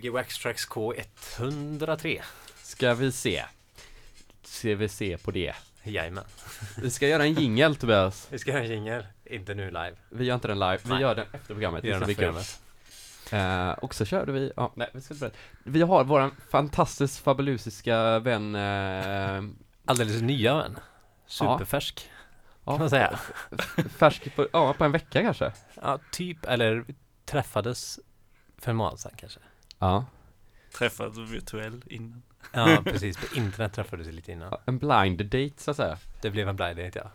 Waxtrax K103. Ska vi se. Ska vi se på det. Jajamän. Vi ska göra en jingle, Tobias. Vi ska göra en jingle. Inte nu live. Vi gör inte den live. Vi gör den efter programmet. Vi gör den efter programmet. Och så körde vi. Vi har vår fantastiskt fabulusiska vän. Alldeles nya vän. Superfärsk. Ja, kan man säga. Färsk på en vecka kanske. Ja, typ. Eller träffades för en månad sedan kanske. Ja. Träffades virtuell innan. Ja, precis. På internet träffades vi lite innan. En blind date, så att säga. Det blev en blind date, ja.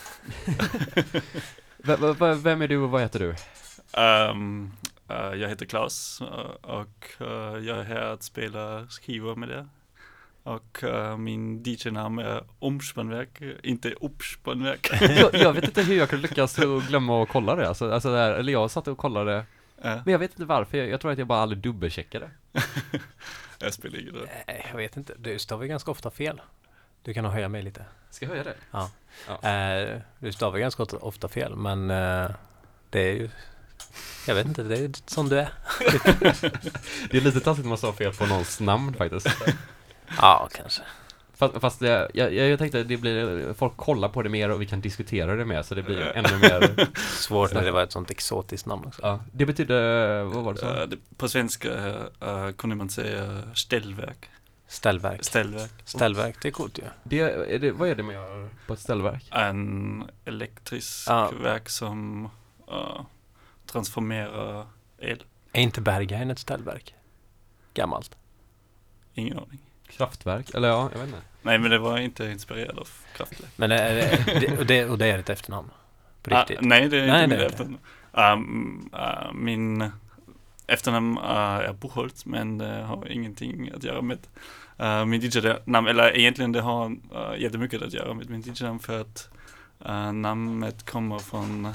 Vem är du och vad heter du? Jag heter Klaus och jag är här att spela skivor med det. Och min DJ-namn är Omspannverk, inte Uppspannverk. Jag vet inte hur jag kunde lyckas glömma att kolla det. Alltså där, eller jag satt och kollade. Men jag vet inte varför. Jag tror att jag bara aldrig dubbelcheckade. Jag spelar ingen roll. Jag vet inte. Du stavar ganska ofta fel. Du kan nog höja mig lite. Ska jag höja det? Ja. Du stavar ganska ofta fel, men det är ju... Jag vet inte, det är som du är. Det är lite taskigt att man sa fel på någons namn faktiskt. Ja, kanske. Fast jag tänkte att det blir, folk kollar på det mer och vi kan diskutera det mer, så det blir ännu mer svårt när det var ett sånt exotiskt namn också. Ja, det betyder, vad var det så? På svenska kunde man säga ställverk. Ställverk, det är coolt ju. Vad är det man gör på ett ställverk? En elektrisk verk som transformerar el. Är inte Berghain ett ställverk? Gammalt. Ingen aning. Kraftverk? Eller ja, jag vet inte. Nej, men det var inte inspirerad av kraftverk. Men det är ett efternamn? På riktigt? Nej, det är inte mitt efternamn. Min efternamn är Boholt, men det har ingenting att göra med min DJ-namn. Eller egentligen det har jättemycket att göra med min DJ-namn, för att namnet kommer från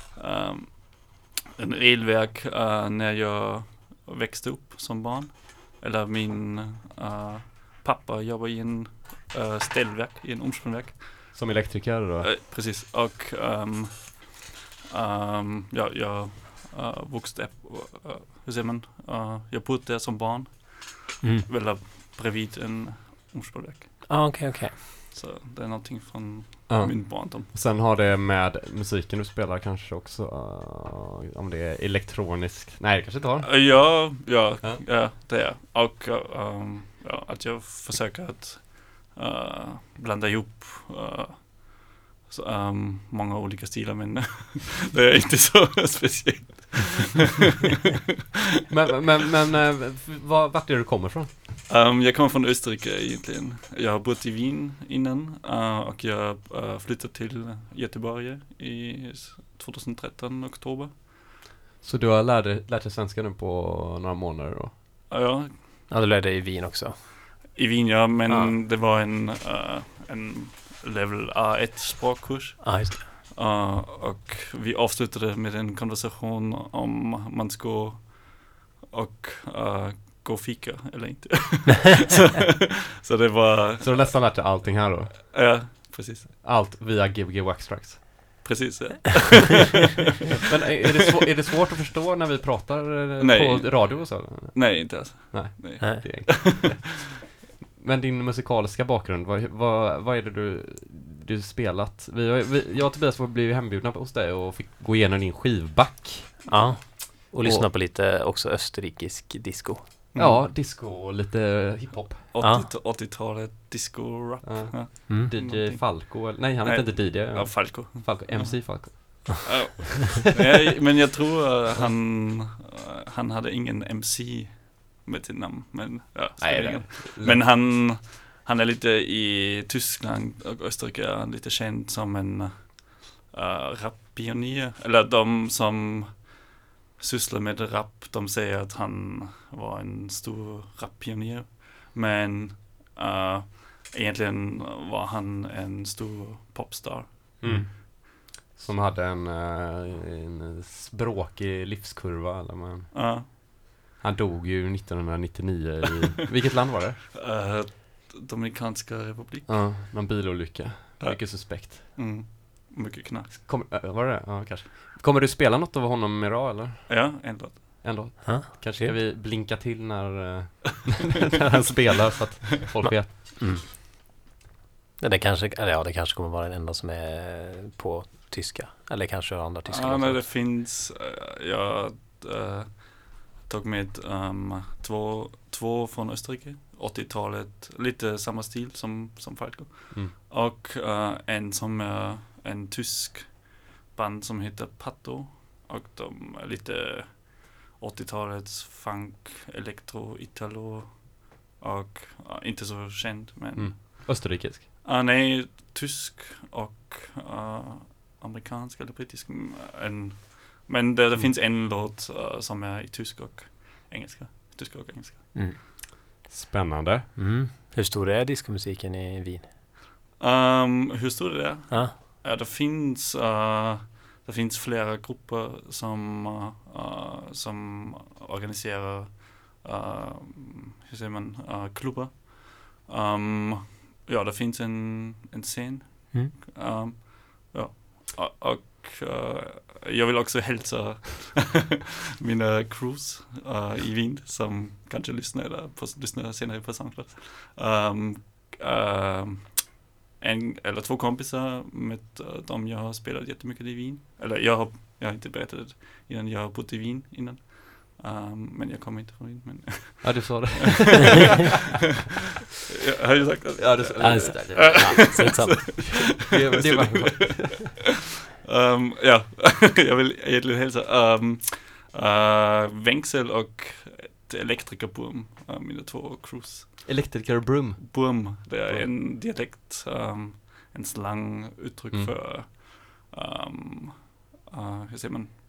en elverk när jag växte upp som barn. Eller min pappa jobbar i en ställverk, i en omspannverk. Som elektriker då? Precis. Och jag vuxte upp, hur säger man? Jag bodde där som barn. Eller bredvid en omspannverk. Okej. Så det är någonting från min barndom. Sen har det med musiken du spelar kanske också, om det är elektronisk. Nej, det kanske inte har. Ja, det är. Och att jag försöker att blanda ihop många olika stilar, men det är inte så speciellt. men vart är du kommer från? Jag kommer från Österrike egentligen. Jag har bott i Wien innan och jag flyttade till Göteborg i 2013 oktober. Så du har lärt dig svenska nu på några månader då? Ja, du lärde dig i Wien också. I Wien, ja, men det var en level A1 språkkurs. Just det. Och vi avslutade med en konversation om man ska gå fika eller inte. så det var... Så du nästan lärt dig allting här då? Ja, precis. Allt via Gbg Waxtrax? Precis, ja. Men är det svårt att förstå när vi pratar på radio och så? Nej, inte alls. Nej. Det är Men din musikaliska bakgrund, vad är det du spelat? Jag och Tobias blev hembjudna hos dig och fick gå igenom din skivback. Ja, och lyssna på lite också österrikisk disco. Ja, disco och lite hiphop. 80-talet, disco-rap. Ja. DJ Falco, nej han heter inte DJ. Ja, Falco. MC Falco. Men jag tror han hade ingen MC med sitt namn. Men, men han är lite i Tyskland och Österrike är han lite känd som en rap-pionjär. Eller de som sysslar med rap, de säger att han var en stor rap-pionjär. Men egentligen var han en stor popstar. Som hade en språkig livskurva. Eller han dog ju 1999 i... Vilket land var det? Dominikanska republik. Ja, någon bilolycka. Mycket suspekt. Mycket knark. Var det? Ja, kanske. Kommer du spela något av honom idag, eller? Ja, en låt. ändå. Ja, Kanske ska kul. vi blinka till när, när han spelar så att folk vet. Det kanske kommer vara den enda som är på tyska. Eller kanske andra tyska. Ja, låtar. men det finns, jag tog med två från Österrike, 80-talet, lite samma stil som Falco. Och en som är en tysk band som heter Patto, och de är lite 80-talets funk, elektro, italo, och inte så känd, men Österrikisk. nej, tysk och amerikansk eller brittisk. Men det finns en låt som är i tyska och engelska. Spännande. Hur stor är diskomusiken i Wien? Hur stor är det? Ja. Ja, det finns flera grupper som organiserar hur säger man, klubbar. Ja, det finns en scen. Ja. Och jag vill också hälsa mina crews i Wien som kanske lyssnar senare på SoundCloud. En eller två kompisar med dem jag har spelat jättemycket i Wien. Eller jag har inte berättat det innan, jag har bott i Wien innan. Men jag kommer inte från Wien. Men Ja, du sa det. har jag sagt det? Ja, du sa det. Det var ja, jag vill egentligen hälsa Vängsel och Elektrikerburm, mina två crews. Elektriker Brum. Burm, det är en dialekt, en slanguttryck för hur säger man?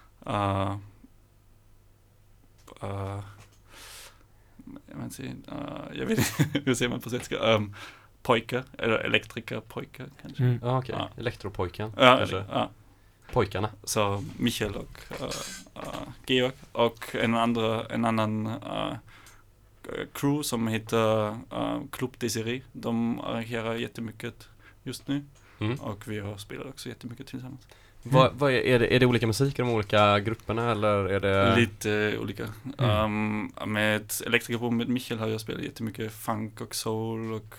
Jag vet inte, hur säger man på svenska? Pojkar, eller elektrikerpojkar kanske. Ja, okej. Elektropojken. Ja, kanske. ja. Pojkarna. Så Michael och Georg och en annan crew som heter Club Desiree. De arrangerar jättemycket just nu. Och vi har spelat också jättemycket tillsammans. Vad är det olika musik i de olika grupperna, eller är det... Lite olika. Med Elektrikerburm med Michael har jag spelat jättemycket funk och soul och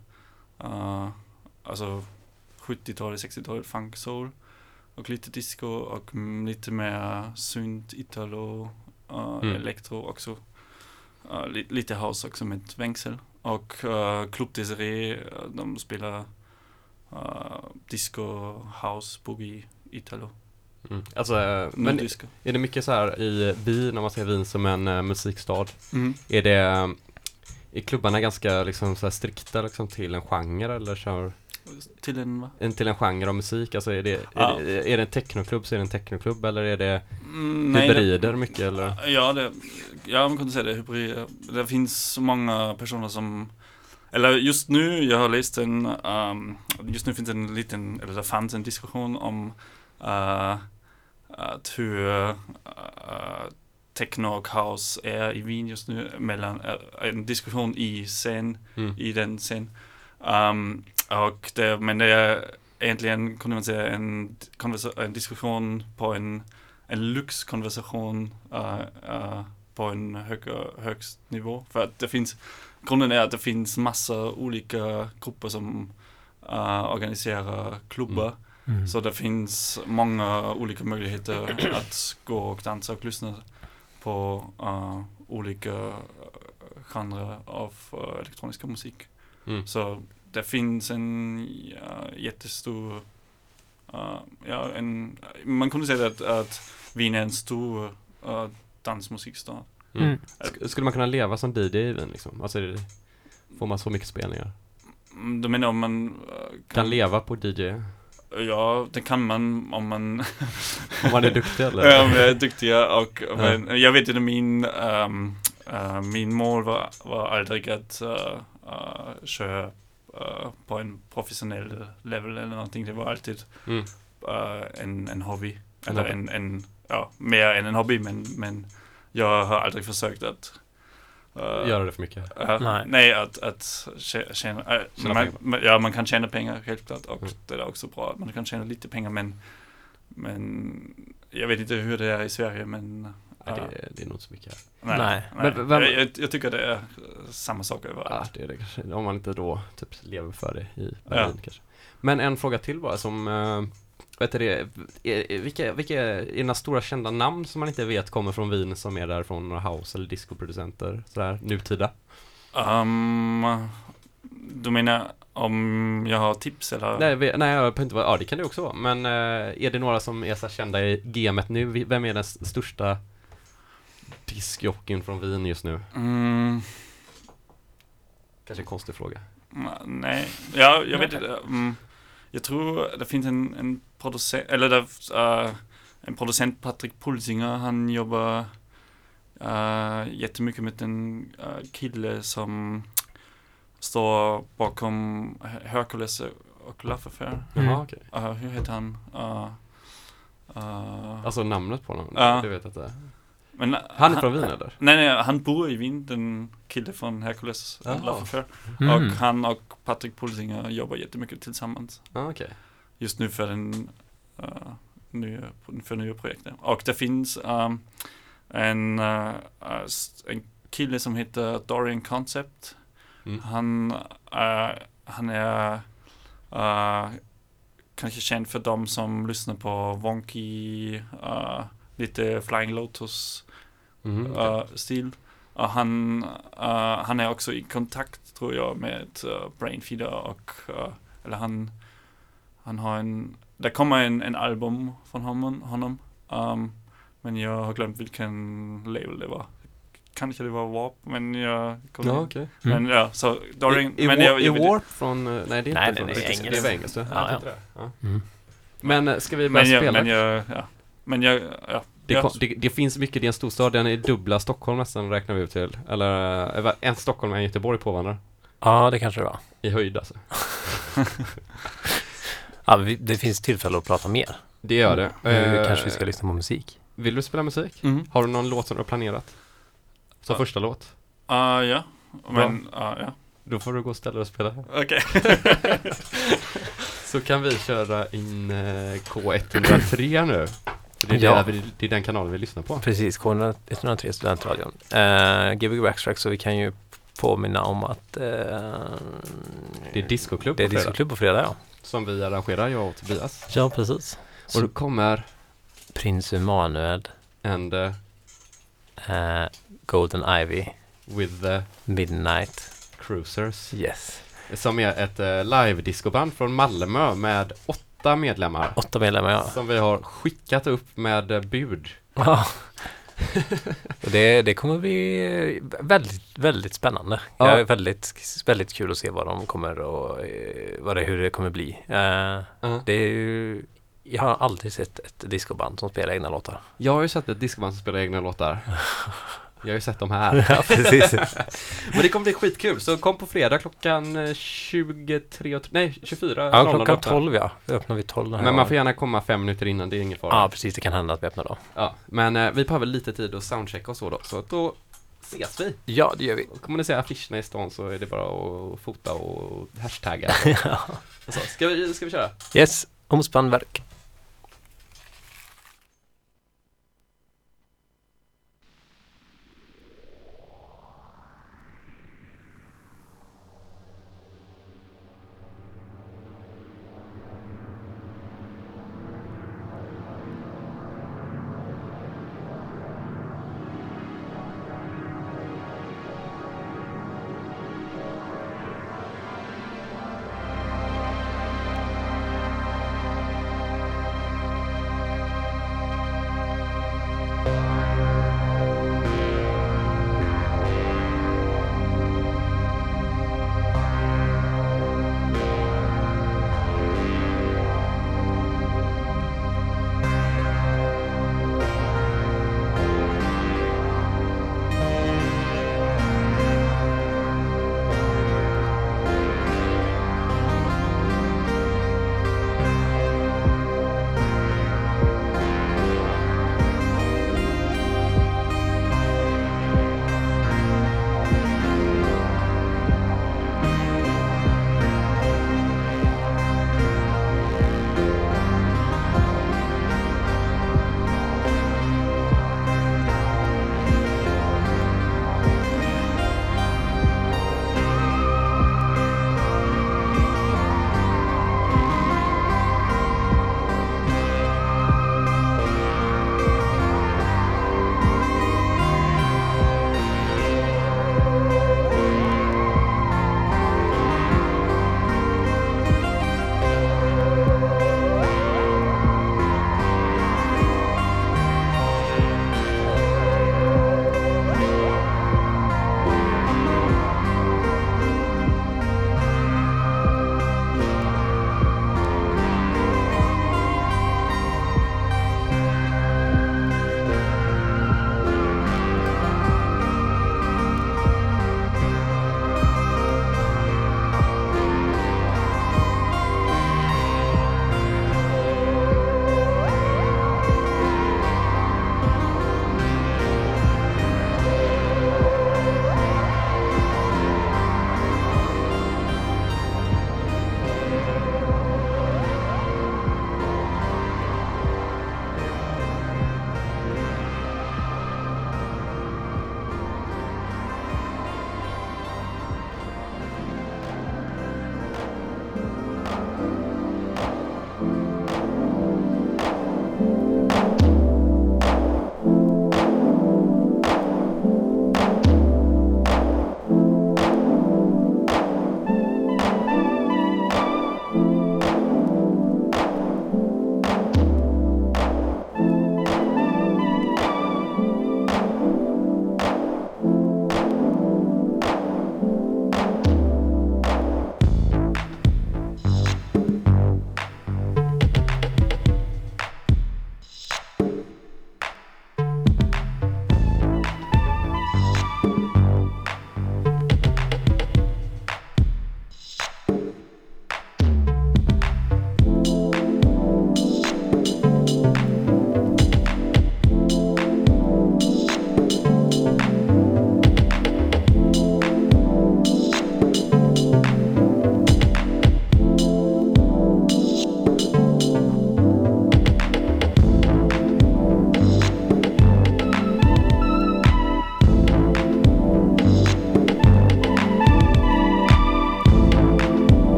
alltså 70-talet, 60-talet funk, soul och lite disco och lite mer synt, italo, elektro också. Lite house också med Vängsel. Och Club Desiree, de spelar disco, house, boogie, italo. Alltså, men disco. är det mycket så här i Wien, om man ser Wien som en musikstad? Är klubbarna ganska liksom så här strikta liksom till en genre, eller kör till en va? Till en genre av musik? Alltså är det en technoklubb, så är det en technoklubb, eller är det Nej, hybrider mycket, eller? Ja, man kan säga det, hybrider. Det finns många personer som, eller just nu, jag har läst just nu finns det fanns en diskussion om att hur techno och house är i Wien just nu, mellan en diskussion i den scen. Men det är egentligen, kunde man säga, en diskussion på en lyxkonversation på en högst nivå. För att grunden är att det finns massa olika grupper som organiserar klubbar. Så det finns många olika möjligheter att gå och dansa och lyssna på olika genrer av elektroniska musik. Så det finns en jättestor man kunde säga att Wien är en stor dansmusikstad. Skulle man kunna leva som DJ i Wien liksom? Alltså får man så mycket spelningar? Du menar om man kan leva på DJ? Ja, det kan man om man om man är duktig, eller? Ja, om jag är duktig, men jag vet inte, min mål var aldrig att köra på en professionell level eller någonting. Det var alltid en hobby, eller mer än en hobby, men jag har aldrig försökt att göra det för mycket. Nej, att tjäna pengar. Man kan tjäna pengar helt klart, och det är också bra att man kan tjäna lite pengar, men jag vet inte hur det är i Sverige, men Det är nog inte så mycket här. Nej. Men vem- Jag tycker det är samma sak överallt. Ja, det är det kanske. Om man inte då typ lever för det i Berlin kanske. Men en fråga till bara som, vet du det, vilka är dina stora kända namn som man inte vet kommer från Wien som är därifrån, några house- eller discoproducenter, sådär, nutida? Du menar om jag har tips eller? Nej, jag behöver inte vara, ja det kan det också vara, men är det några som är så här kända i gamet nu? Vem är den största diskjockeyn från Wien just nu? Kanske en konstig fråga. Nej, ja, jag vet inte. Jag tror det finns en producent, eller en producent, Patrick Pulsinger, han jobbar jättemycket med en kille som står bakom Hercules och Love Affair. Jaha, okej. Hur heter han? Alltså namnet på honom, Ja. du vet att det är. Men Han är från Wien eller? Nej, han bor i Wien, den kille från Hercules och Jaha. Love Affair. Mm. Och han och Patrick Pulsinger jobbar jättemycket tillsammans. Ja, okej. Just nu för nya projektet. Och det finns en kille som heter Dorian Concept. Mm. Han är kanske känd för dem som lyssnar på Wonky, lite Flying Lotus stil. Och han är också i kontakt, tror jag, med Brainfeeder och eller han har det kommer en album från honom. Men jag har glömt vilken label det var. Kanske det var Warp, men jag kommer Ja, inte. okej. Men ja, så Dorian, Är men jag vet Warp från, nej det är inte Nej, från nej, brittiska, engelskt. det är engelskt. Ja, Ja, ja. ja. Mm. Men ska vi börja spela? Det finns mycket, det är en storstad, den är dubbla Stockholm nästan räknar vi ut till. Eller en Stockholm och en Göteborg på varandra. Ja, det kanske det var. I höjd alltså. Ja, det finns tillfälle att prata mer. Det gör det. Nu kanske vi ska lyssna på musik. Vill du spela musik? Mm. Har du någon låt som du har planerat? Som Ja. första låt? Ja, men ja. Då får du gå och ställa dig och spela. Okej. Så kan vi köra in K103 nu. Det är, Ja. det är den kanalen vi lyssnar på. Precis, K103 Studentradion. Gbg Backstrack, så vi kan ju påminna om att Det är discoklubb det är på fredag. discoklubb på fredag, ja. Som vi arrangerar, jag och Tobias. Ja, precis. Och då kommer Prins Emanuel, And Golden Ivy, with the Midnight. Cruisers. Yes. Som är ett live-discoband från Malmö med 8 medlemmar. 8 medlemmar, ja. Som vi har skickat upp med bud. Ja. Och det kommer bli väldigt, väldigt spännande. Ja. Det är väldigt kul att se vad de kommer och hur det kommer bli. Det är ju, jag har aldrig sett ett discoband som spelar egna låtar. Jag har ju sett ett discoband som spelar egna låtar. Jag har ju sett dem här. Ja, precis. Men det kommer bli skitkul. Så kom på fredag klockan 24. Ja, klockan 12, ja. Vi öppnar vid 12 den här Men man får gången. gärna komma 5 minuter innan, det är ingen fara. Ja, precis. Det kan hända att vi öppnar då. Ja, men vi behöver lite tid att soundchecka och så då. Så då ses vi. Ja, det gör vi. Och kommer ni se affischerna i stan så är det bara att fota och hashtagga. Så, ska vi köra? Yes, omspannverk.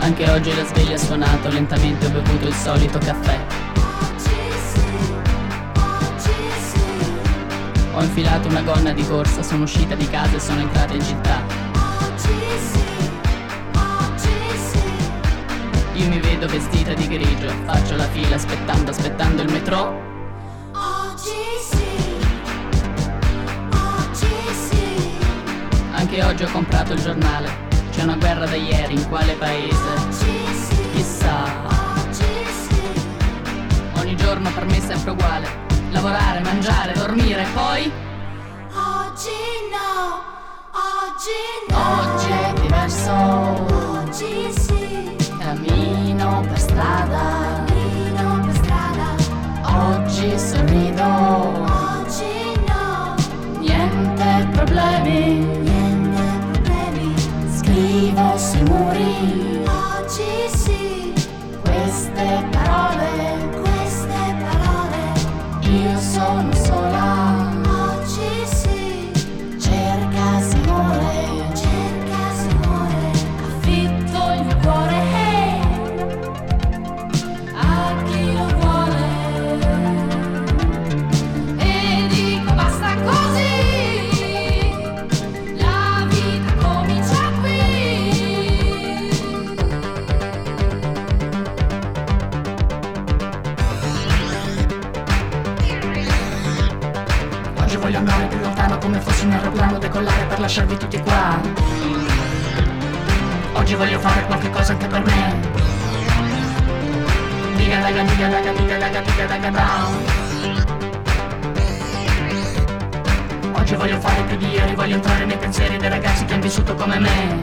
Anche oggi la sveglia ha suonato, lentamente ho bevuto il solito caffè. Ho infilato una gonna di corsa, sono uscita di casa e sono entrata in città. Io mi vedo vestita di grigio, faccio la fila aspettando il metro. Anche oggi ho comprato il giornale. C'è una guerra da ieri, in quale paese? Chissà. Ogni giorno per me è sempre uguale. Lavorare, mangiare, dormire, poi Oggi no. Oggi è diverso. Oggi sì. Cammino per strada. Oggi sorrido. Oggi no. Niente problemi. Scrivo sui muri. Oggi sì. Queste parole. Io sono sola. Oggi sì. Cerca Simone. Affitto il mio cuore a chi lo vuole. E dico basta così. La vita comincia qui. Oggi voglio andare più lontano come fossi un aeroplano, decollare per lasciarvi tutti qua. Oggi voglio fare qualche cosa anche per me. Diga daga diga daga diga daga diga daga down. Oggi voglio fare più di ieri, voglio entrare nei pensieri dei ragazzi che hanno vissuto come me.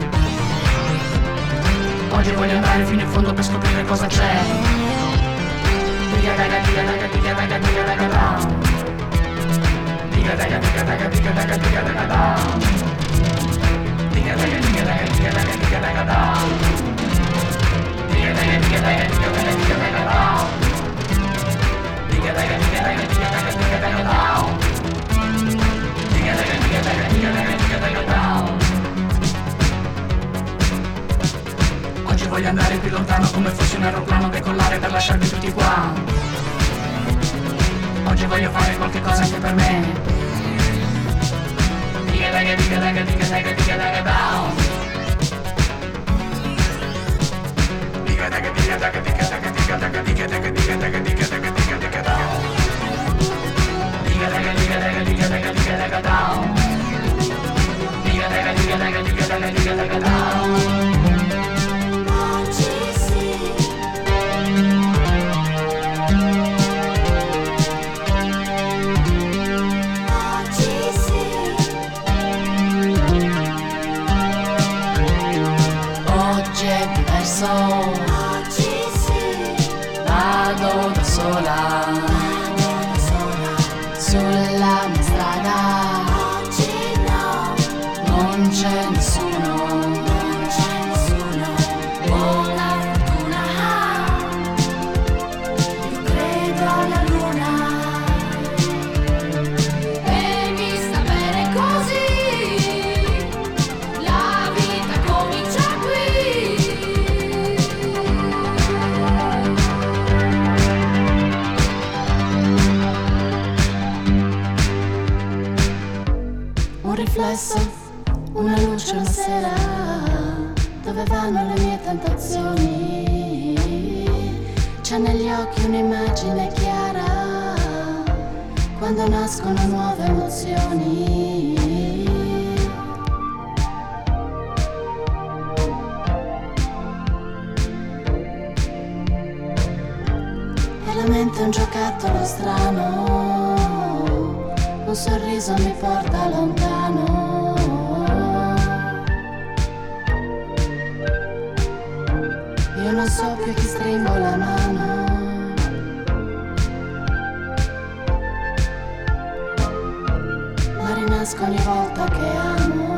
Oggi voglio andare fino in fondo per scoprire cosa c'è. Diga daga diga daga diga daga diga daga down. Diga daga diga daga diga daga diga daga down. Diga daga diga daga diga daga diga daga down. Diga daga diga daga diga daga diga daga down. Diga daga diga daga diga daga diga daga down. Diga daga diga daga diga daga diga daga down. Oggi voglio andare più lontano come fossi un aeroplano, decollare per lasciarvi tutti qua. Oggi voglio fare qualche cosa anche per me. Diga daga diga daga diga daga diga daga down. Diga daga diga daga diga daga diga daga diga daga diga daga diga daga diga daga down. Diga daga diga daga diga daga diga daga down. Diga daga diga daga diga daga diga daga down. Oggi sì. Oggi è diverso. Oggi sì. Vado da sola sulla mia strada. Oggi no. Non c'è nessuno. Buona fortuna. Io credo alla luna. E mi sta bene così. La vita comincia qui. Un riflesso, una luce una sera. Dove vanno le mie tentazioni? C'è negli occhi un'immagine chiara. Quando nascono nuove emozioni. E la mente è un giocattolo strano. Un sorriso mi porta lontano. Io non so più chi stringo la mano. Ma rinasco ogni volta che amo.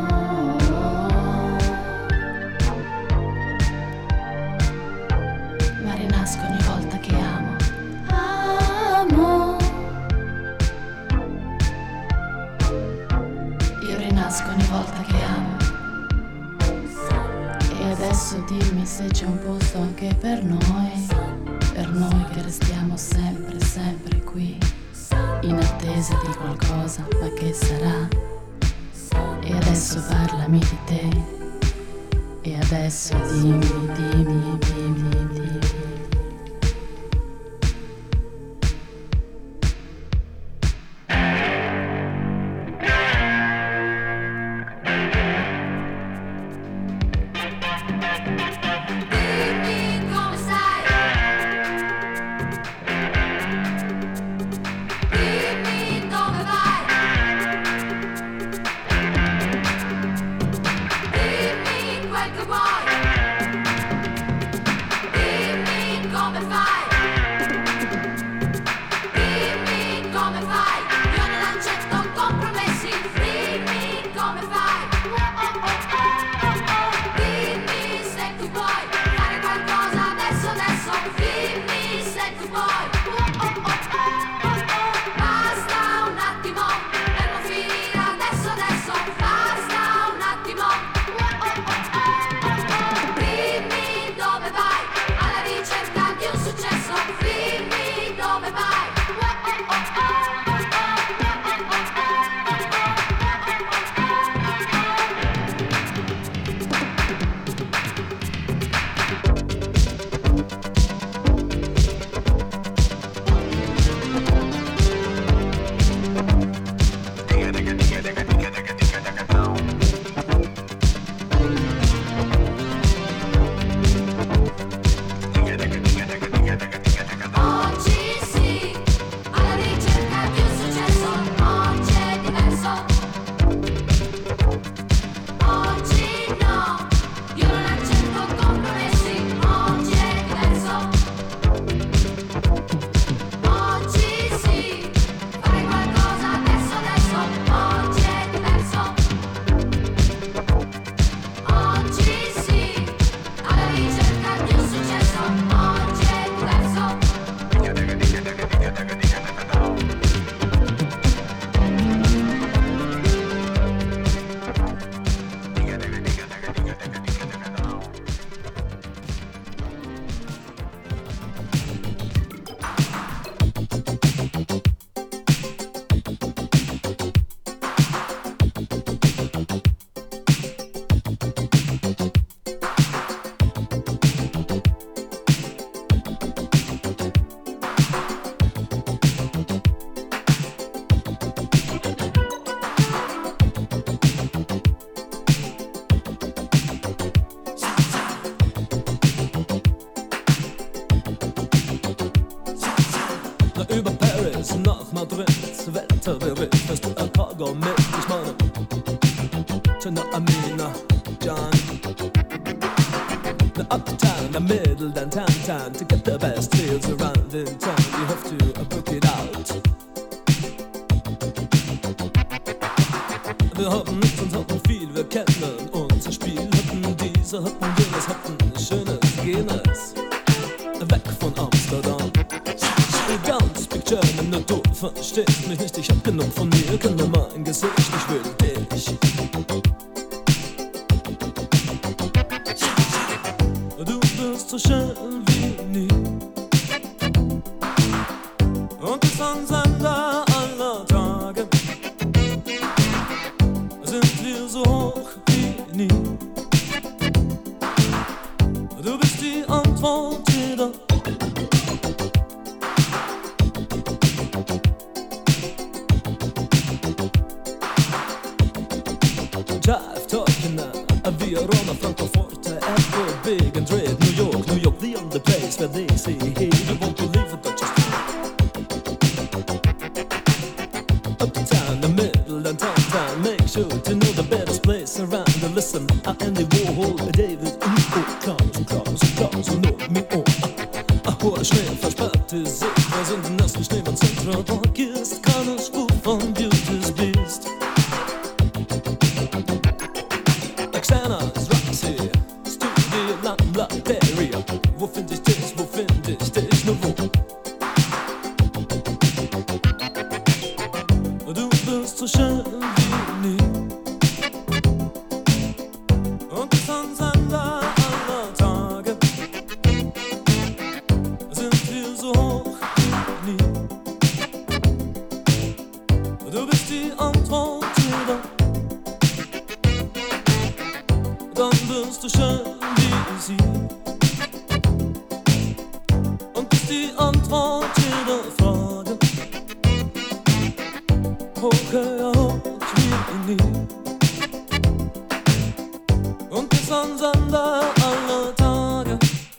Ma rinasco ogni volta che amo. Amo. Io rinasco ogni volta che amo. E adesso adesso dimmi se c'è un posto anche per noi che restiamo sempre, sempre qui, in attesa di qualcosa, ma che sarà? E adesso parlami di te, e adesso dimmi. To get the best deals around in town, you have to book it out. Wir hatten nichts und hatten viel, wir kennen unser Spiel. Hatten diese, hatten jenes, hatten schönes, jenes. Weg von Amsterdam. Ganz Big German, nur du verstehst mich nicht. Ich hab genug von mir, kenn nur mein Gesicht, ich will dich. Du bist so schön wie nie. Und bist ein Sender aller Tage. Sind wir so hoch wie nie. Du bist die Antwort jeder. Jive talking via Roma, Francoforte, Apple, Big and Red, New York, the only place where they say, hey, we want to live it, just uptown, the middle and downtown. Make sure to know the best place around. And listen, Andy Warhol, David, Klaus, und noch mir hoher Schnee versperrte sich. Wir sind im nassen Schneemann Central Park ist keine Spur von Beauty's Beast. Xana's Roxy, Studio Lamlateria. Wo find ich dich, nur wo? Du bist so schön wie nie. Und bist ein Sender aller wirst du schön wie sie. Und bist die Antwort jeder Frage. Höher wie nie. Und bist ein Sender aller Tage.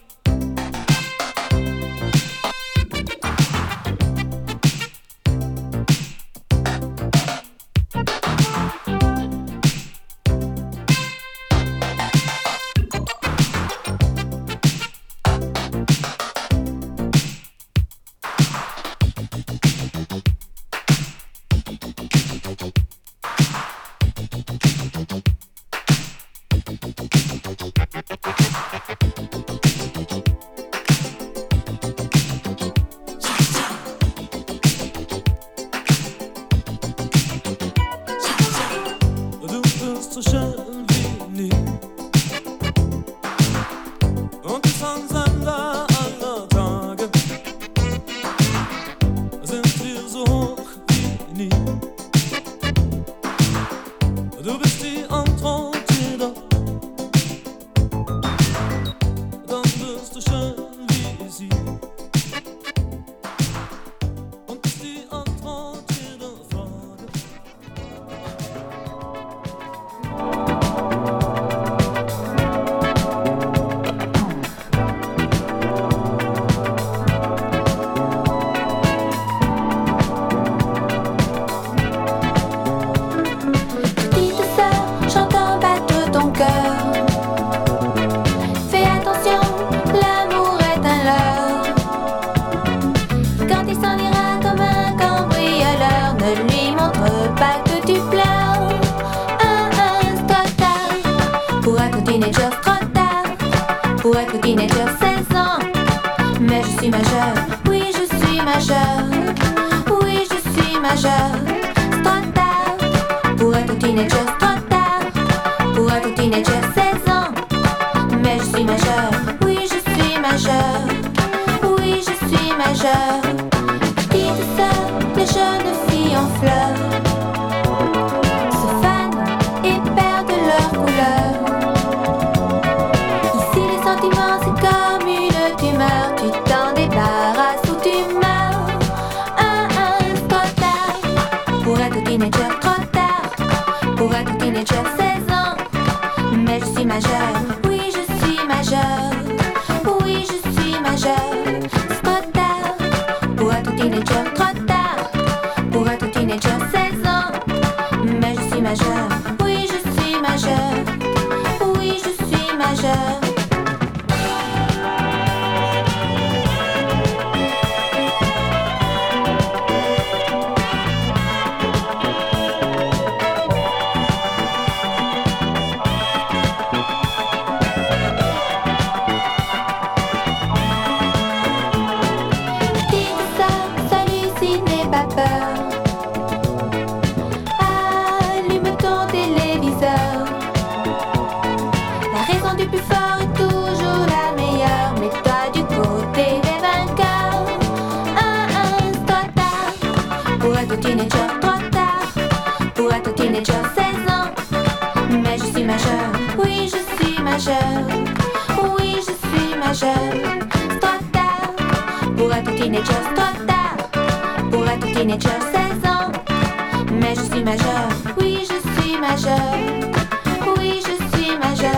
Du bist so schön wie nie. Und bist ein Sender aller Tage. Sind wir so hoch wie nie. Du bist die Antwort jeder. Dann bist du schön wie sie. Und bist die Antwort jeder Frage. Petite sœur, j'entends battre ton cœur. Fais attention, l'amour est un leurre. Quand il s'en ira comme un cambrioleur, ne lui montre pas que tu pleures. C'est trop tard. Pour être teenager, c'est trop tard. Pour être teenager, 16 ans. Mais je suis majeur, oui je suis majeur. Oui je suis majeur. C'est trop tard. Pour être teenager, c'est trop tard. Pour être teenager, 16 ans. Mais je suis majeur, oui je suis majeur. Oui je suis majeur. Petite sœur, les jeunes filles en fleurs se fanent et perdent leur couleur. Ici les sentiments c'est comme une tumeur. Tu t'en débarrasses ou tu meurs. C'est trop tard. Pour être teenager, trop tard. Pour être teenager, 16 ans. Mais je suis majeur, oui je suis majeur. Oui je suis majeur. C'est trop tard. Pour être teenager, trop tard. Pour être teenager, 16 ans. Mais je suis majeur, oui je suis majeur. Oui je suis majeur. Petite sœur, celui-ci n'est pas peur. Allume ton téléviseur. La raison du plus fort est toujours la meilleure. Mets-toi du côté des vainqueurs. C'est trop tard. Pour être teenager, trop tard. Pour être teenager, 16 ans. Mais je suis majeur, oui je suis majeur. Oui je suis majeur. C'est trop tard. Pour être teenager, c'est trop tard. Pour être teenager, 16 ans. Mais je suis majeur, oui je suis majeur. Oui je suis majeur.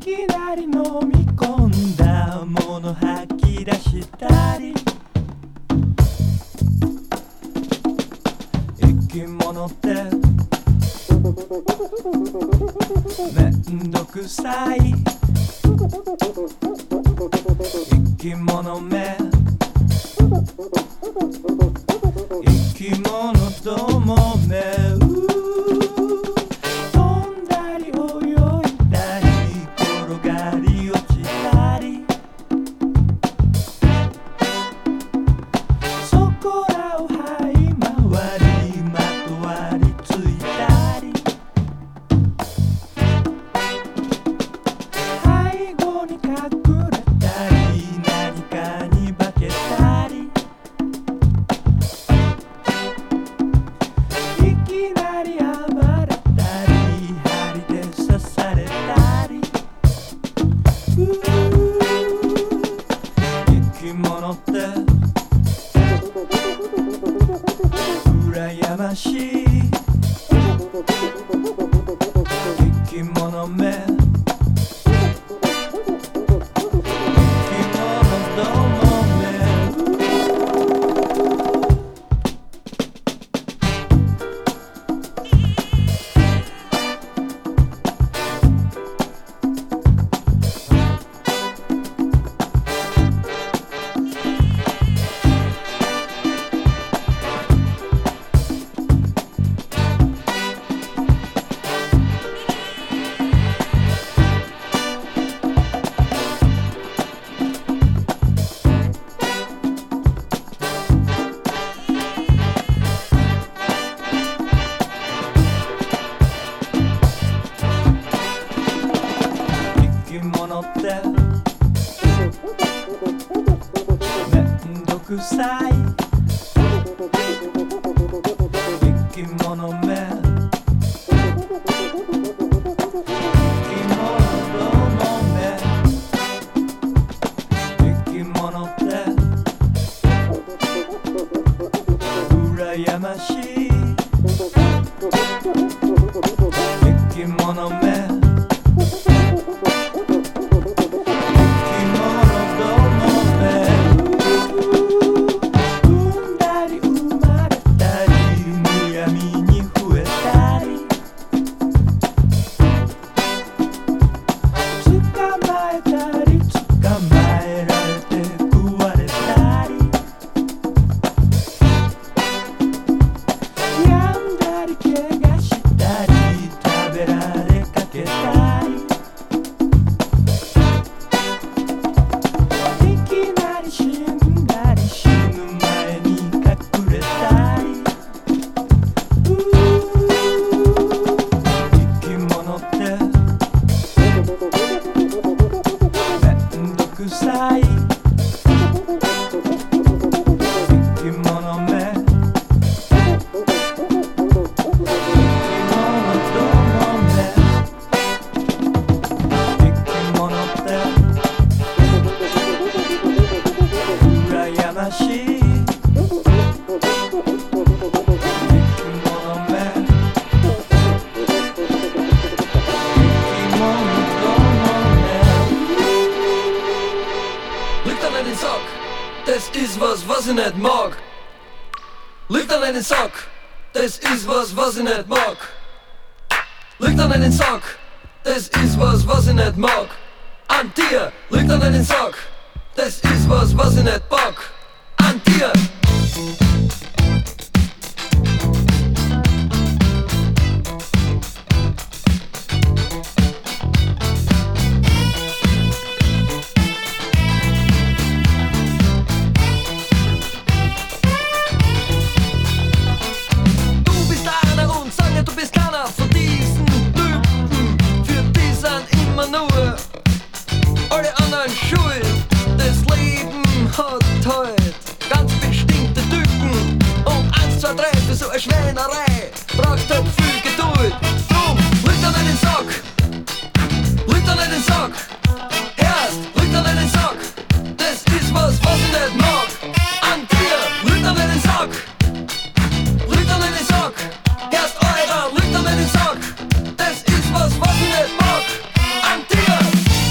きなり飲み込んだもの吐き出したり生き物ってめんどくさい生き物め生き物どもめ飛んだり泳いだり転がり落ちたりそこらを這い回りまとわりついたり背後に隠れたり何かに化けたりいきなり暴れたり針で刺されたり生き物って羨ましい生き物め生き物どもめ生き物ってめんどくさい生き物め生き物どもめ生き物って羨ましい生き物め was ich nicht mag. Liegt an einen Sack, das ist was ich nicht mag. Liegt an einen Sack, das ist was ich nicht mag. An dir liegt an einen Sack, das ist was ich nicht mag. An dir. Du bist keiner von diesen Typen, für die sind immer nur alle anderen schuld. Das Leben hat halt ganz bestimmte Tücken und 1, 2, 3 für so eine Schweinerei braucht halt viel Geduld. Drum, liegt an einen Sack, liegt an einen Sack, erst liegt an einen Sack, das ist was ich nicht mag. An dir, liegt an einen Sack, liegt an einen Sack, erst eurer liegt an einen Sack, das ist was ich nicht mag. An dir.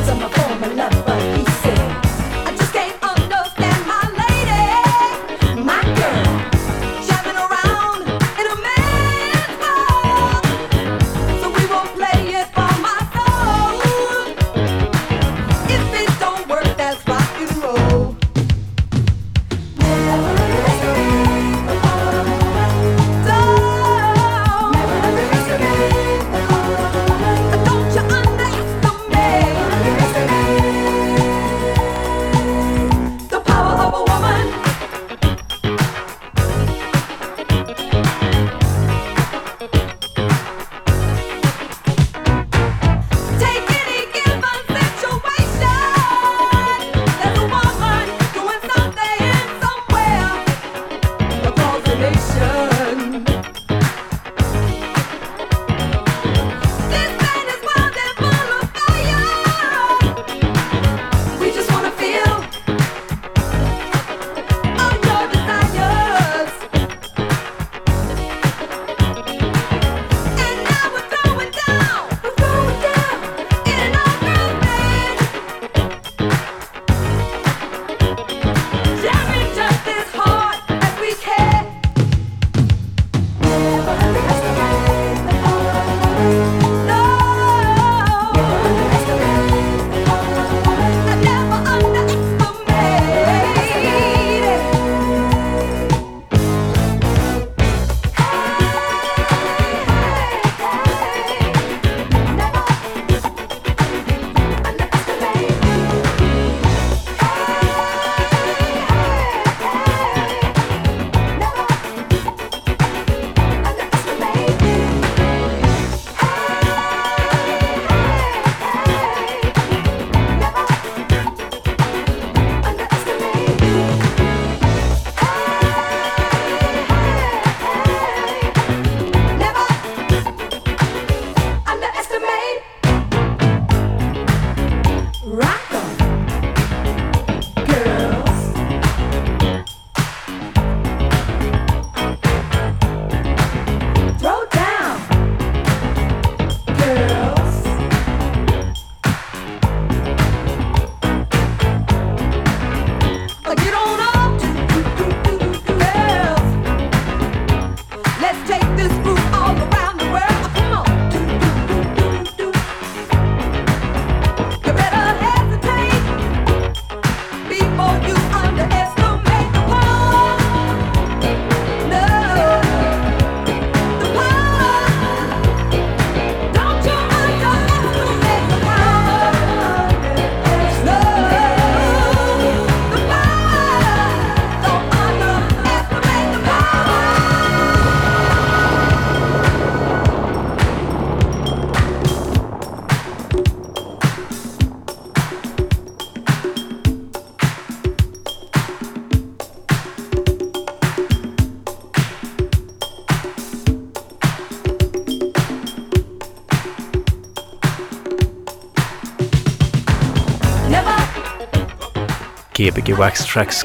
Gbg Wax Trax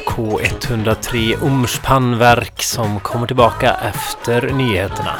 K103 Omspannverk som kommer tillbaka efter nyheterna.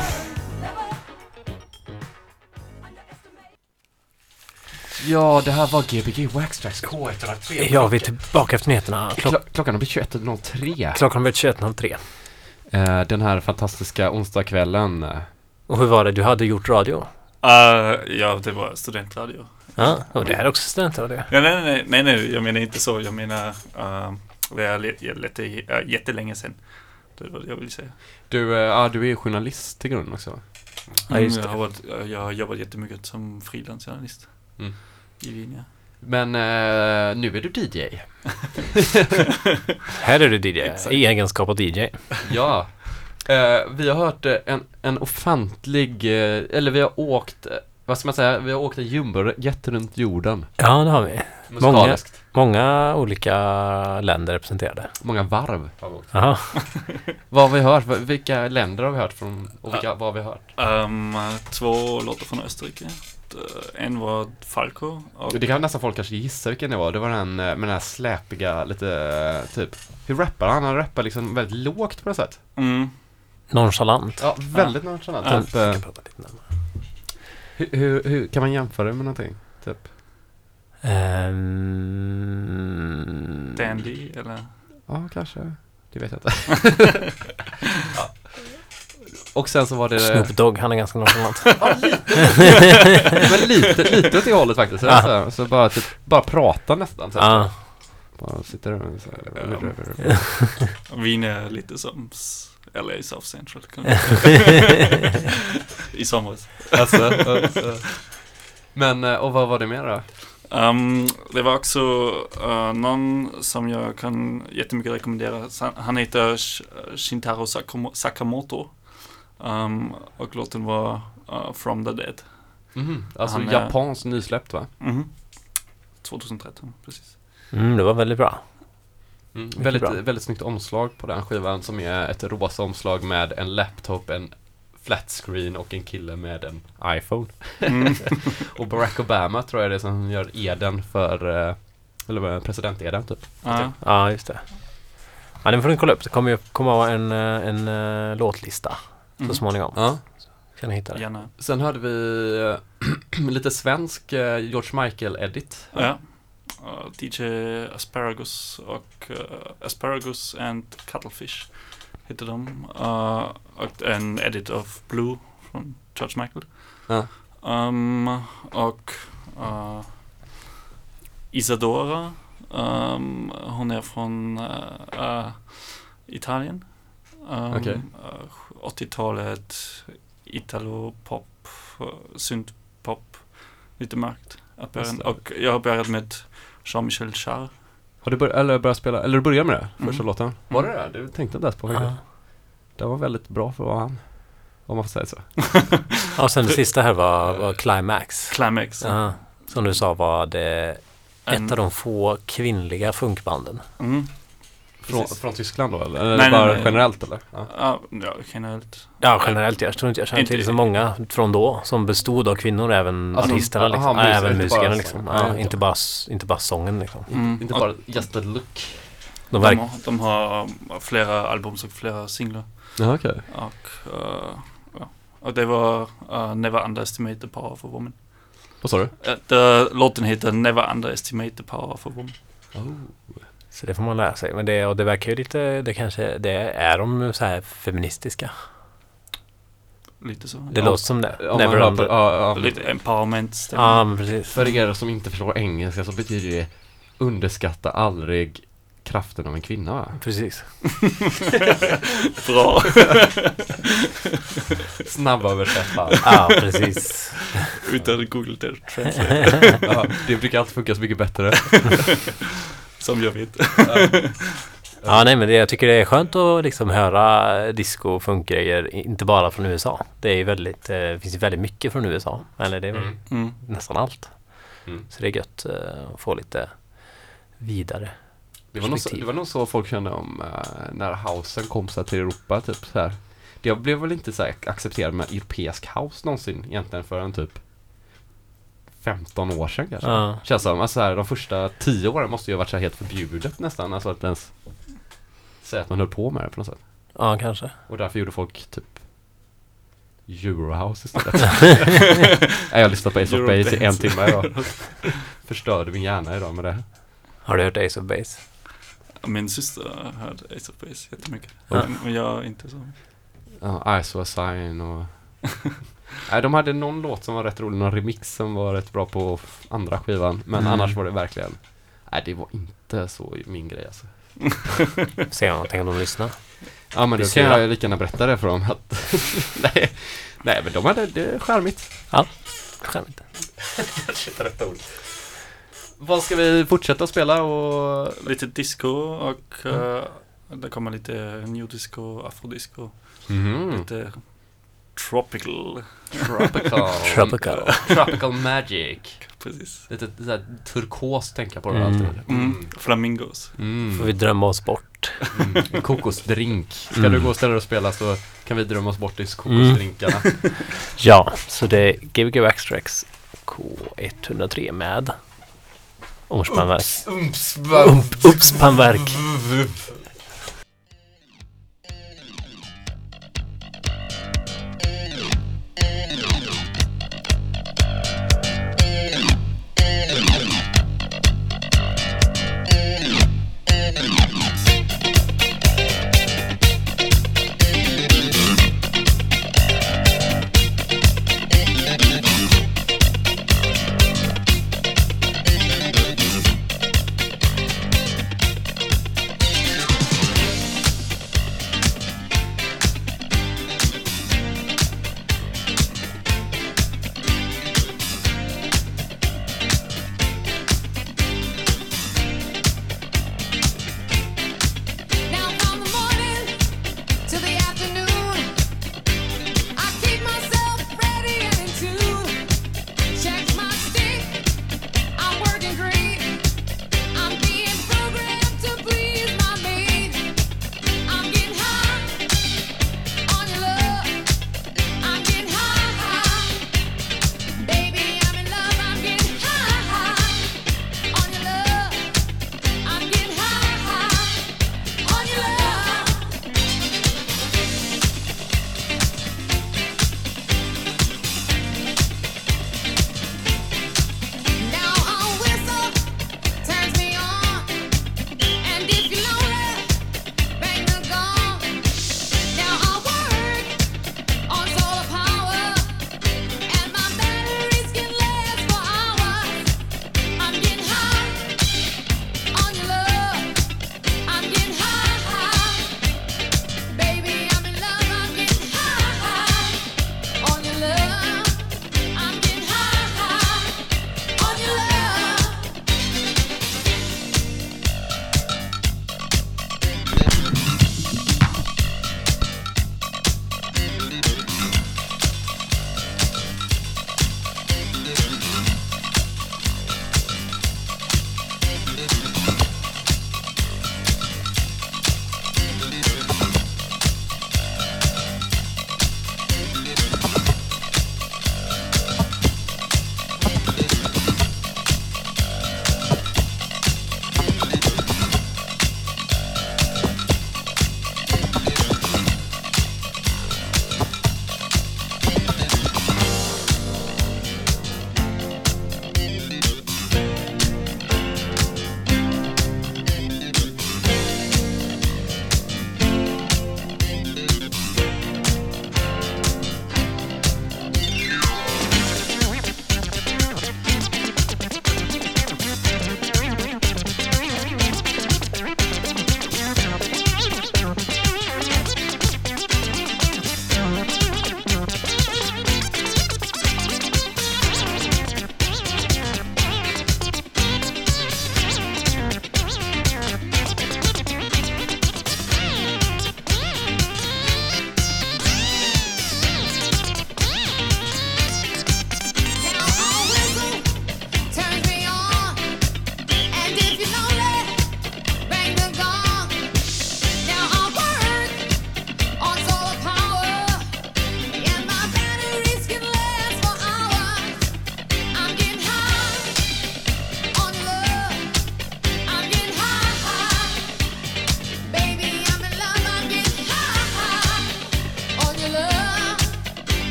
Ja, det här var Gbg Wax Trax K103. Ja, vi är tillbaka efter nyheterna. Klockan har blivit 21.03. Klockan har blivit 21.03. Den här fantastiska onsdagskvällen. Och hur var det? Du hade gjort radio? Ja, det var studentradio. Ja, och det här är också studentradio. Ja, nej, jag menar inte så. Jag menar, det är jättelänge sedan. Det var det jag vill säga. Du är journalist till grund också. Ja, just det. Jag har jobbat jättemycket som frilansjournalist i Wien, ja. Men nu är du DJ. Här är du DJ, i egenskap av DJ. Ja. Vi har hört en ofantlig, eller vi har åkt, vad ska man säga, vi har åkt en jumbojet runt jorden. Ja, det har vi. Många olika länder representerade. Många varv har vi åkt. Aha. Vad har vi hört? Vilka länder har vi hört från, och vad har vi hört? 2 låtar från Österrike. En var Falco. Det kan nästan folk kanske gissa vilken det var. Det var den med den här släpiga, lite typ. Hur rappar han? Han rappar liksom väldigt lågt på något sätt. Nonchalant. Ja, väldigt nonchalant. Typ, hur kan man jämföra det med någonting? Typ. Dandy eller? Ja, kanske. Det vet jag inte. Ja. Och sen så var det... Snoop Dogg, han är ganska nonchalant. Ja, men lite åt det hållet faktiskt. Så bara prata nästan. Så bara sitter där och så här. Vin är lite som LA South Central. I somras. Alltså. Men, och vad var det mer då? Det var också någon som jag kan jättemycket rekommendera. Han heter Shintaro Sakamoto. Och låten var From the Dead. Alltså japans nysläppt, va? 2013, precis. Det var väldigt bra. Väldigt snyggt omslag på den skivan, som är ett rosa omslag med en laptop, en flat screen och en kille med en iPhone. Och Barack Obama tror jag det är som gör eden för eller presidenteden typ. Ja, just det. Ja, den får ni kolla upp. Det kommer vara en låtlista så småningom. Ja. Kan ni hitta det. Gärna. Sen hade vi lite svensk George Michael-edit. Ja. DJ Asparagus och Asparagus and Cuttlefish heter de. Och en edit av Blue från George Michael. Ja. Och Isadora, hon är från Italien. 80-talet, Italo-pop, synt-pop, lite mörkt. Och jag har börjat med Jean-Michel Jarre. Har du börjat spela, eller du började med det första låten? Var det det? Du tänkte inte ens på det. Det var väldigt bra för att vara han, om man får säga så. Ja, sen det sista här var Climax. Climax. Som du sa var det ett av de få kvinnliga funkbanden. Från Tyskland då, eller? Nej, bara generellt, eller? Ja, generellt. Ja, generellt. Jag tror inte jag känner till så många från då som bestod av kvinnor, även artisterna liksom. Även musikerna liksom. Inte bara sången liksom. Inte bara just a look. De har flera album och flera singlar. Ja, okej. Och det var Never Underestimate the Power of a Woman. Vad sa du? Låten heter Never Underestimate the Power of a Woman. Så det får man lära sig. Men det verkar ju lite, det är de så här feministiska. Lite så. Det låter som det. Lite empowerment. Ja, men precis. För er som inte förstår engelska så betyder det underskatta aldrig kraften av en kvinna, va? Precis. Bra. Snabb översättning. Ja, precis. Utan Google Translate. Ja, det brukar alltid funka så mycket bättre. Som jag vet. Ja, nej, men jag tycker det är skönt att liksom höra disco och funkgrejer, inte bara från USA. Det är väldigt, det finns väldigt mycket från USA. Eller det är nästan allt. Så det är gött att få lite vidare. Det var nog så folk kände om när housen kom så till Europa typ så här. Det blev väl inte så här accepterad med europeisk house någonsin egentligen förrän typ 15 år sedan kanske. Känns som alltså här, de första 10 åren måste ju ha varit så här helt förbjudet nästan, alltså att ens säga att man höll på med det på något sätt. Ja, kanske. Och därför gjorde folk typ Eurohouse istället. Jag har lyssnat på Ace of Base i 1 timme idag. Förstörde min hjärna idag med det. Har du hört Ace of Base? Min syster hörde Ace of Base jättemycket. Men jag inte så. Ja, Ice was Sign och... Nej, de hade någon låt som var rätt rolig, någon remix som var rätt bra på andra skivan. Men annars var det verkligen... Nej, det var inte så min grej alltså. Se om de lyssnar. Ja, men då kan jag lika gärna berätta det för dem att... nej, men de hade det charmigt. Ja, charmigt. Shit, rätt ord. Vad ska vi fortsätta spela? Och... Lite disco och det kommer lite new disco, afrodisco. Lite tropical magic. Precis. Lite så här turkos tänka på det alltid. Flamingos. Får vi drömma oss bort. Kokosdrink. Ska du gå och ställa och spela så kan vi drömma oss bort i kokosdrinkarna. Ja, så det är Gbg Waxtrax K103 med omspannverk. Uppspannverk.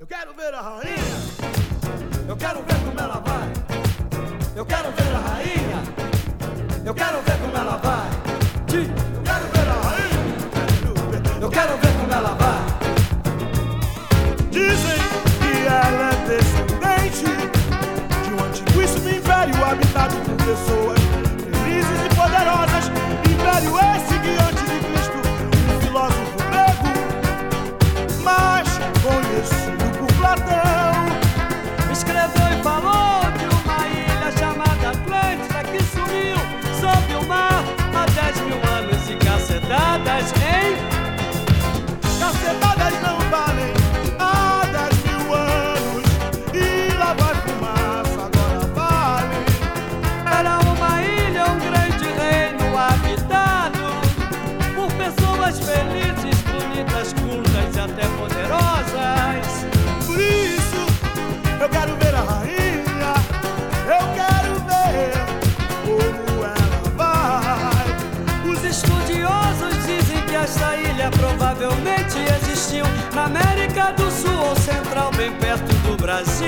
Eu quero ver a rainha. Eu quero ver como ela vai. Eu quero ver a rainha. Eu quero ver como ela vai. Eu quero ver a rainha. Eu quero ver como ela vai. Dizem que ela é descendente de um antiquíssimo império habitado por pessoas felizes e poderosas. Império esse que antes de Cristo um filósofo grego, mas conhecido por Platão, escreveu e falou de uma ilha chamada Atlântida que sumiu sob o mar há 10 mil anos e cacetadas, hein? Cacetadas não valem há 10 mil anos e lá vai fumaça, agora vale. Era uma ilha, um grande reino habitado por pessoas felizes, bonitas, cultas e até poderosas. Por isso eu quero ver a rainha, eu quero ver como ela vai. Os estudiosos dizem que esta ilha provavelmente existiu na América do Sul ou Central, bem perto do Brasil,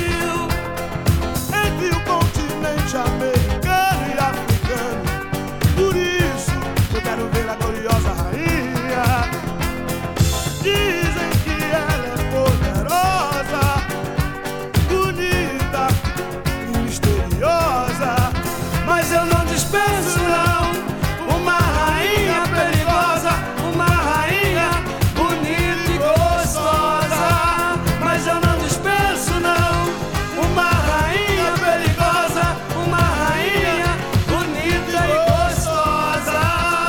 entre o continente americano e africano. Por isso eu quero ver a gloriosa rainha. Dizem que ela é poderosa, bonita e misteriosa, mas eu não dispenso não uma rainha perigosa, uma rainha bonita e gostosa. Mas eu não dispenso não uma rainha perigosa, uma rainha bonita e gostosa.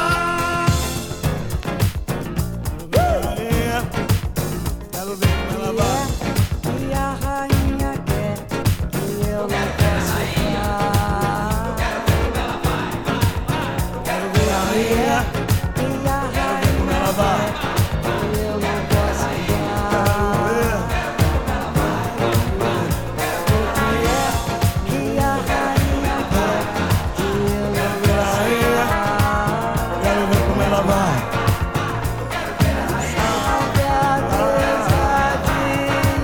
Rainha, quero ver como ela vai. E a rainha quer que eu não posso ficar. Quero ver a rainha, E a rainha como ela vai. que eu não posso ficar. E a rainha quer que eu não posso ficar. Quero ver como ela vai. Salve a deusa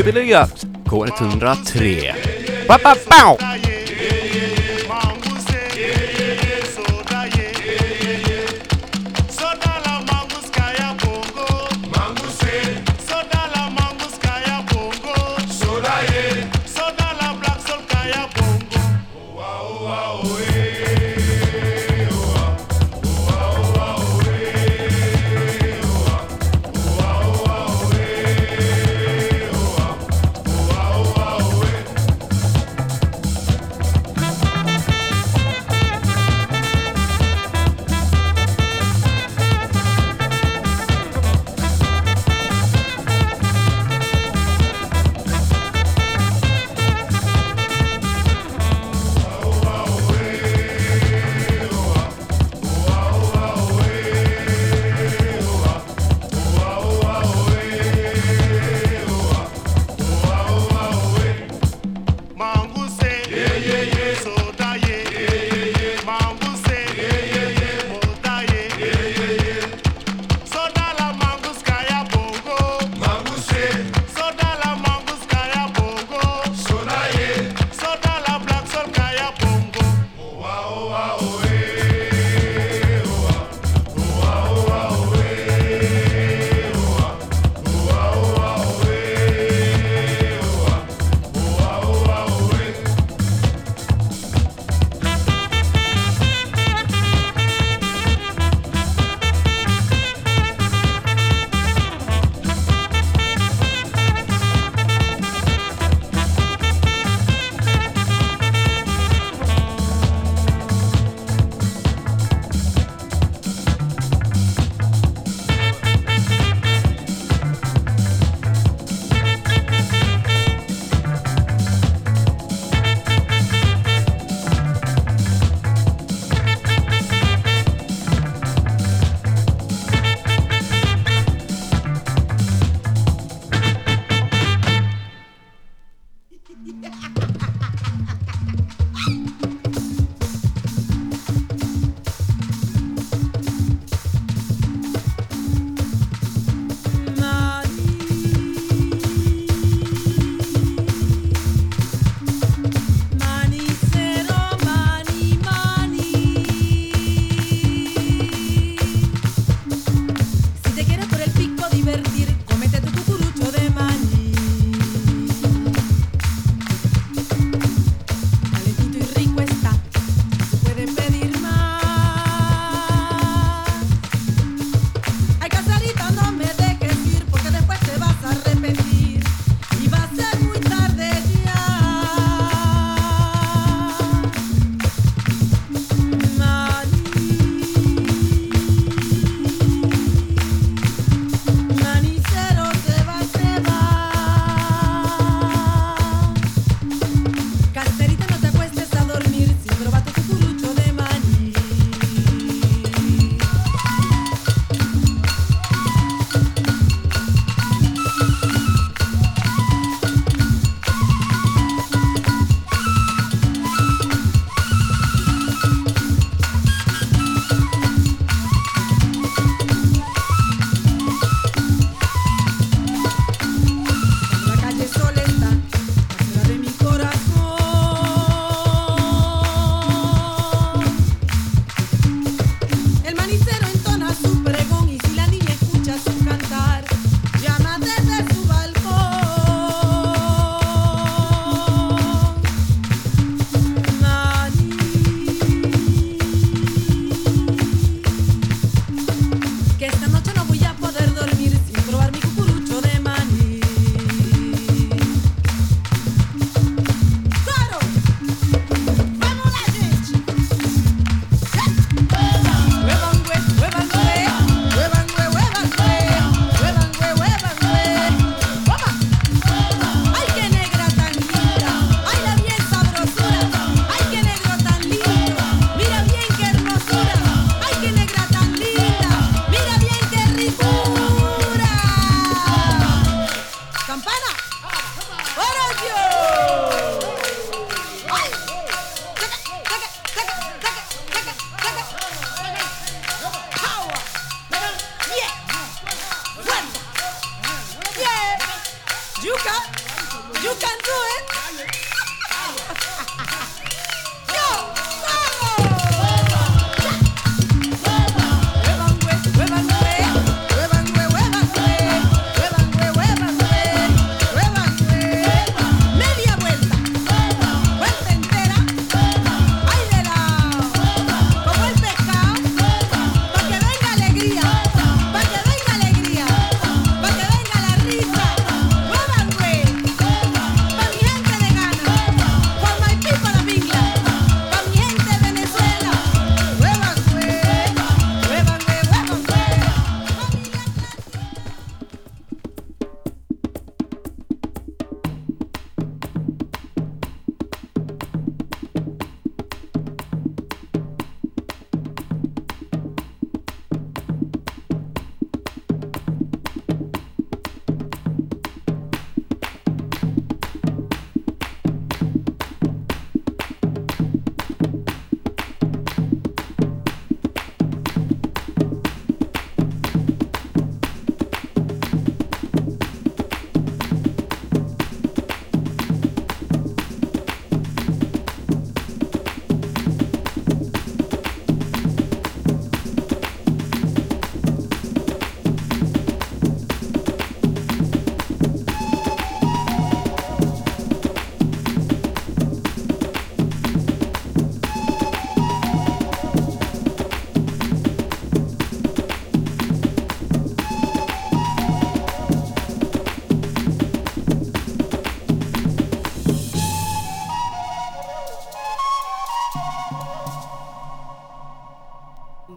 Jubileet K103. Pow!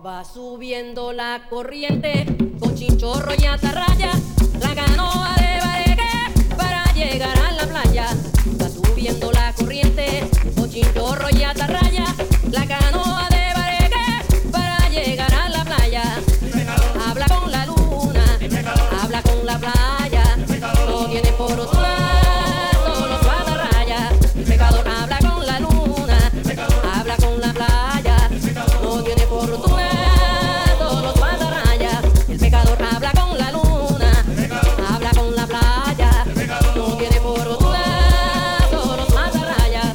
Va subiendo la corriente con chinchorro y atarraya, la canoa de bareque para llegar a la playa. Va subiendo la corriente con chinchorro y atarraya, la canoa de bareque para llegar a la playa. Habla con la luna, habla con la playa, no tiene por otro lado, solo su atarraya. El pecador habla con la luna, habla con la playa, no tiene por otro lado, los atarraya. El pecador habla con la luna, habla con la playa, no tiene por otro lado, los atarraya.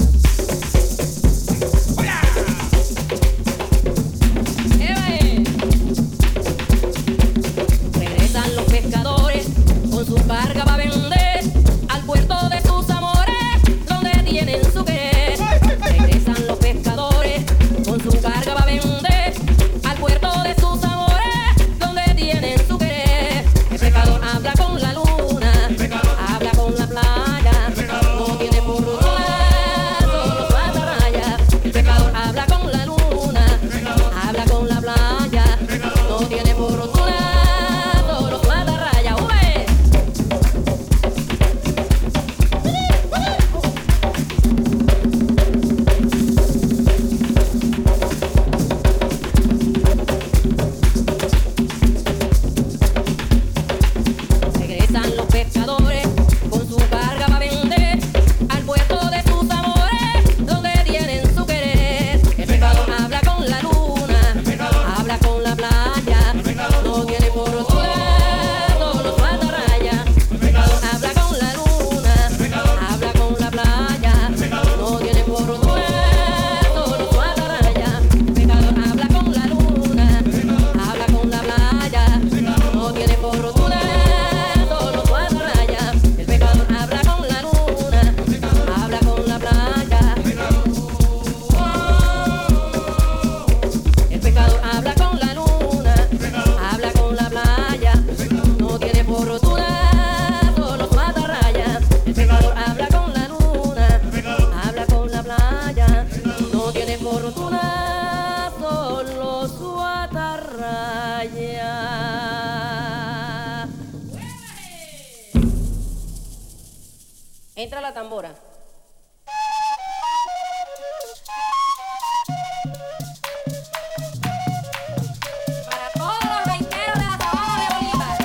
Regresan los pescadores con su carga va a vender al puerto de sus amores, donde tienen su querer. Regresan los pescadores con su carga va a vender al puerto de sus amores, donde tienen su querer. El pescador habla con la luna, habla con la playa, no tiene por otro lado, los atarraya. El pescador habla con la luna, habla con la playa, no tiene por otro lado, los atarraya. ¡Ue! Regresan los pescadores con su carga va a vender al puerto de sus amores, donde tienen su querer. El pescador habla con la luna, habla con la playa, no tiene por otro lado, los atarraya. El pescador habla con la luna, habla con la playa, no tiene por otro lado, los atarraya. El pescador habla con la luna, habla con la playa, no tiene por otro lado, los atarraya. El pescador habla con la luna, habla con la playa. El pescador habla con la luna, habla con la playa, no tiene por otro lado, los atarraya. El pescador habla con la luna, habla con la playa, no tiene por otro lado, los atarraya. Entra la tambora. Para todos los veiteros de la sabana de Bolívar.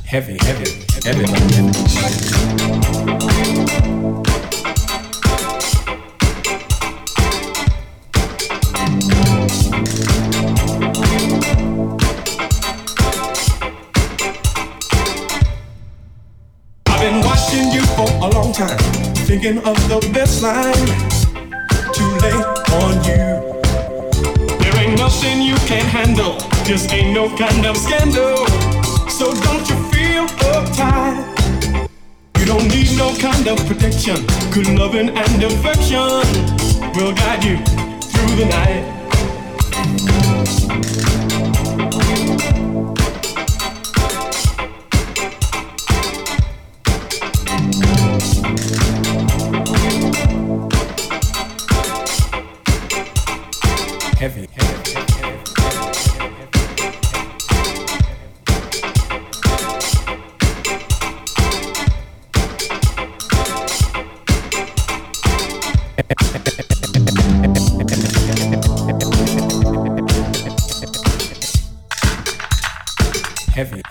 Heavy, heavy. I've been watching you for a long time, thinking of the best line to lay on you. There ain't nothing you can't handle, just ain't no kind of scandal. So don't you feel uptight? You don't need no kind of protection. Good loving and affection will guide you through the night. Heavy, heavy. Heavy.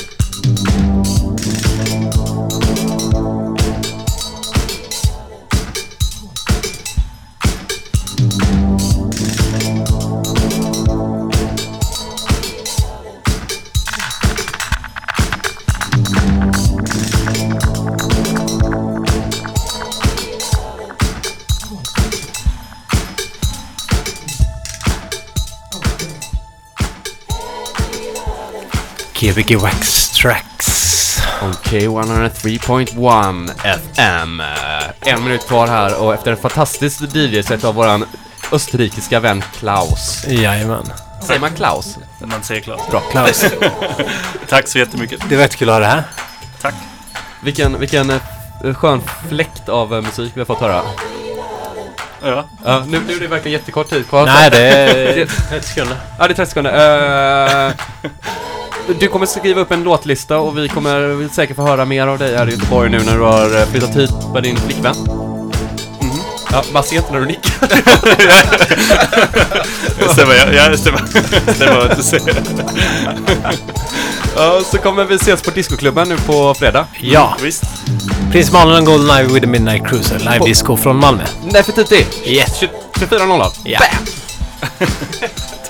Gbg Wax Tracks. Okej, 103.1 FM. 1 minut kvar här och efter en fantastisk DJ-set av våran österrikiska vän Klaus. Jajamän. Säger man Klaus? Man säger Klaus. Bra, Klaus. Tack så jättemycket. Det var jättekul att ha det här. Tack. Vilken skön fläkt av musik vi har fått höra. Ja. Nu är det verkligen jättekort tid kvar. Nej, det är 30 sekunder. Ja, det är 30 sekunder. Du kommer skriva upp en låtlista och vi kommer säkert få höra mer av dig här i Göteborg nu när du har flyttat hit med din flickvän. Ja, man ser inte när du nickar. Stämmer vad du säger. Ja, så kommer vi ses på Discoklubben nu på fredag. Ja, Visst. Prins Malin and Golden Ivy with the Midnight Cruiser. Live disco från Malmö. Nej, för tidigt. Yes. 24.00. Ja. Bam!